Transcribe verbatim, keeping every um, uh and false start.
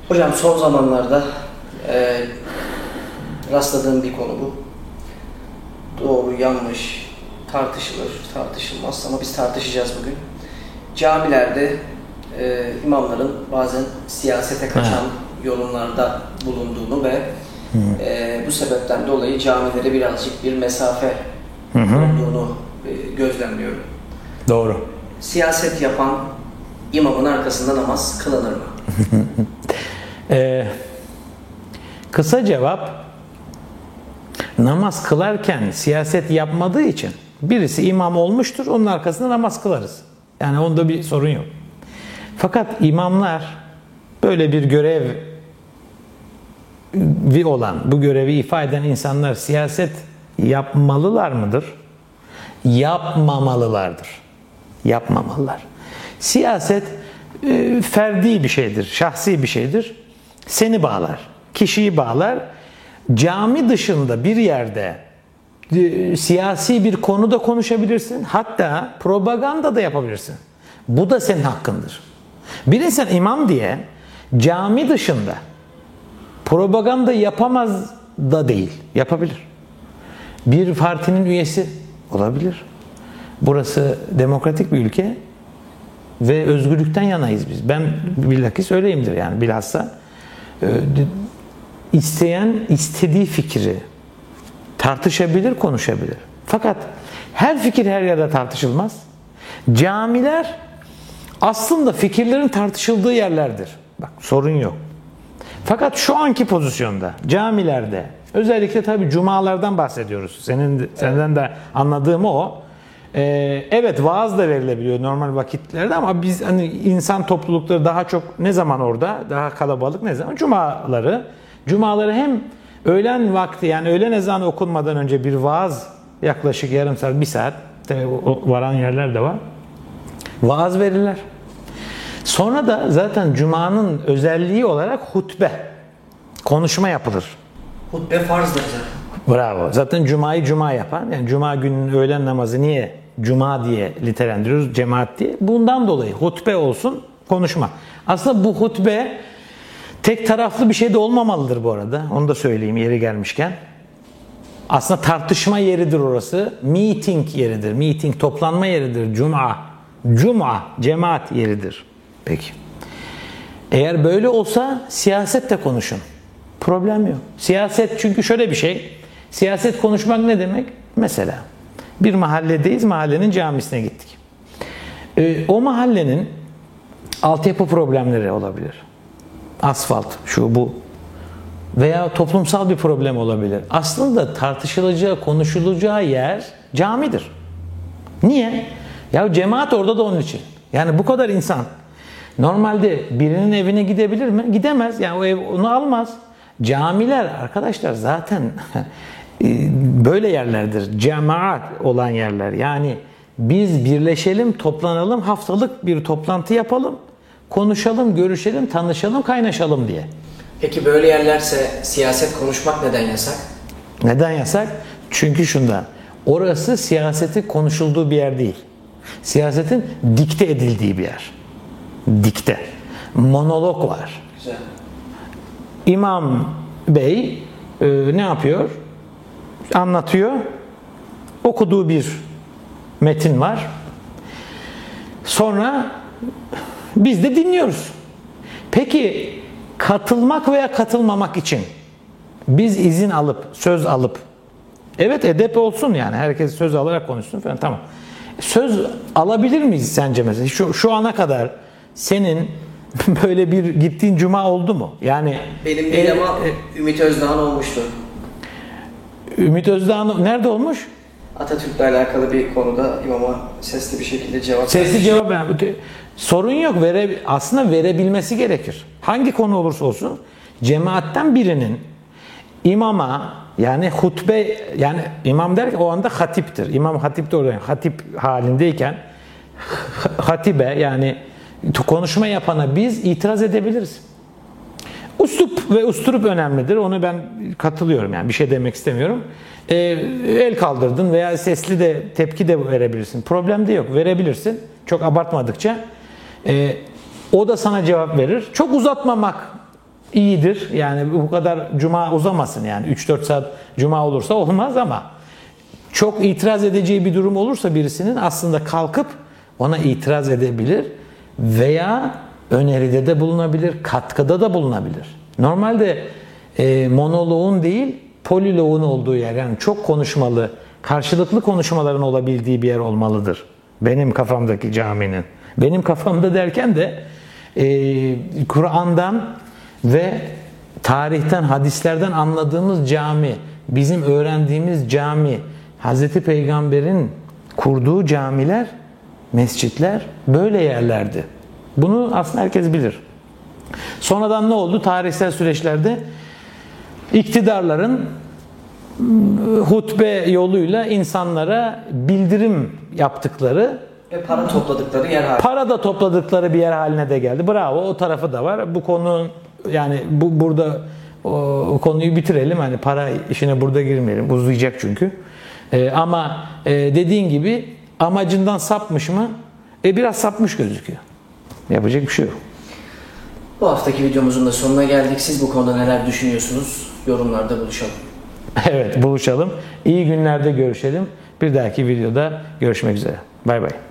Hocam son zamanlarda e, rastladığım bir konu bu. Doğru, yanlış, tartışılır, tartışılmaz ama biz tartışacağız bugün. Camilerde e, imamların bazen siyasete kaçan ha. yorumlarda bulunduğunu ve e, bu sebepten dolayı camilere birazcık bir mesafe hı hı. olduğunu e, gözlemliyorum. Doğru. Siyaset yapan imamın arkasında namaz kılınır mı? ee, kısa cevap, namaz kılarken siyaset yapmadığı için birisi imam olmuştur, onun arkasında namaz kılarız. Yani onda bir sorun yok. Fakat imamlar böyle bir görevi olan, bu görevi ifade eden insanlar siyaset yapmalılar mıdır? Yapmamalılardır. Yapmamalılar. Siyaset e, ferdi bir şeydir, şahsi bir şeydir. Seni bağlar, kişiyi bağlar. Cami dışında bir yerde e, siyasi bir konuda konuşabilirsin. Hatta propaganda da yapabilirsin. Bu da senin hakkındır. Bir insan imam diye cami dışında propaganda yapamaz da değil, yapabilir. Bir partinin üyesi olabilir. Burası demokratik bir ülke ve özgürlükten yanayız biz. Ben bilakis öyleyimdir yani bilhassa. E, isteyen istediği fikri tartışabilir, konuşabilir. Fakat her fikir her yerde tartışılmaz. Camiler aslında fikirlerin tartışıldığı yerlerdir. Bak sorun yok. Fakat şu anki pozisyonda camilerde, özellikle tabii cumalardan bahsediyoruz. Senin senden de anladığım o. Ee, evet vaaz da verilebiliyor normal vakitlerde ama biz hani insan toplulukları daha çok ne zaman orada? Daha kalabalık ne zaman? Cumaları. Cumaları hem öğlen vakti yani öğlen ezanı okunmadan önce bir vaaz yaklaşık yarım saat, bir saat varan yerler de var. Vaaz verirler. Sonra da zaten Cuma'nın özelliği olarak hutbe, konuşma yapılır. Hutbe farzdır zaten. Bravo. Zaten Cuma'yı Cuma yapan, yani Cuma gününün öğlen namazı niye Cuma diye nitelendiriyoruz, cemaat diye? Bundan dolayı hutbe olsun, konuşma. Aslında bu hutbe tek taraflı bir şey de olmamalıdır bu arada. Onu da söyleyeyim yeri gelmişken. Aslında tartışma yeridir orası. Meeting yeridir. Meeting, toplanma yeridir. Cuma. Cuma, cemaat yeridir. Peki. Eğer böyle olsa siyaset de konuşun. Problem yok. Siyaset çünkü şöyle bir şey. Siyaset konuşmak ne demek? Mesela bir mahalledeyiz. Mahallenin camisine gittik. Ee, o mahallenin altyapı problemleri olabilir. Asfalt, şu bu. Veya toplumsal bir problem olabilir. Aslında tartışılacağı, konuşulacağı yer camidir. Niye? Ya cemaat orada da onun için. Yani bu kadar insan normalde birinin evine gidebilir mi? Gidemez. Yani o ev onu almaz. Camiler arkadaşlar zaten böyle yerlerdir. Cemaat olan yerler. Yani biz birleşelim, toplanalım, haftalık bir toplantı yapalım, konuşalım, görüşelim, tanışalım, kaynaşalım diye. Peki böyle yerlerse siyaset konuşmak neden yasak? Neden yasak? Çünkü şundan. Orası siyaseti konuşulduğu bir yer değil. Siyasetin dikte edildiği bir yer. Dikte. Monolog var. Güzel. İmam Bey e, ne yapıyor? Anlatıyor. Okuduğu bir metin var. Sonra biz de dinliyoruz. Peki katılmak veya katılmamak için biz izin alıp, söz alıp, evet edep olsun yani herkes söz alarak konuşsun falan tamam. Söz alabilir miyiz sence mesela? Şu, şu ana kadar senin böyle bir gittiğin cuma oldu mu? Yani benim değil e, ama e, Ümit Özdağ'ın olmuştu. Ümit Özdağ'ın nerede olmuş? Atatürk'le alakalı bir konuda imama sesli bir şekilde cevap Sesli vermiş. Cevap yani, sorun yok. Vere, aslında verebilmesi gerekir. Hangi konu olursa olsun cemaatten birinin imama yani hutbe yani imam der ki o anda hatiptir. İmam hatip de orada. Hatip halindeyken hatibe yani konuşma yapana biz itiraz edebiliriz. Üslup ve usturup önemlidir. Onu ben katılıyorum yani bir şey demek istemiyorum. Ee, el kaldırdın veya sesli de tepki de verebilirsin. Problem de yok. Verebilirsin. Çok abartmadıkça. Ee, o da sana cevap verir. Çok uzatmamak iyidir. Yani bu kadar cuma uzamasın yani. üç dört saat cuma olursa olmaz ama çok itiraz edeceği bir durum olursa birisinin aslında kalkıp ona itiraz edebilir veya öneride de bulunabilir, katkıda da bulunabilir. Normalde e, monoloğun değil, poliloğun olduğu yer, yani çok konuşmalı, karşılıklı konuşmaların olabildiği bir yer olmalıdır. Benim kafamdaki caminin. Benim kafamda derken de e, Kur'an'dan ve tarihten, hadislerden anladığımız cami, bizim öğrendiğimiz cami, Hazreti Peygamber'in kurduğu camiler, mescitler böyle yerlerdi. Bunu aslında herkes bilir. Sonradan ne oldu? Tarihsel süreçlerde iktidarların hutbe yoluyla insanlara bildirim yaptıkları ve para topladıkları yer haline. Para da topladıkları bir yer haline de geldi. Bravo, o tarafı da var. Bu konu yani bu burada o, o konuyu bitirelim. Hani para işine burada girmeyelim. Uzayacak çünkü. Ee, ama e, dediğin gibi amacından sapmış mı? E biraz sapmış gözüküyor. Yapacak bir şey yok. Bu haftaki videomuzun da sonuna geldik. Siz bu konuda neler düşünüyorsunuz? Yorumlarda buluşalım. Evet, buluşalım. İyi günlerde görüşelim. Bir dahaki videoda görüşmek üzere. Bay bay.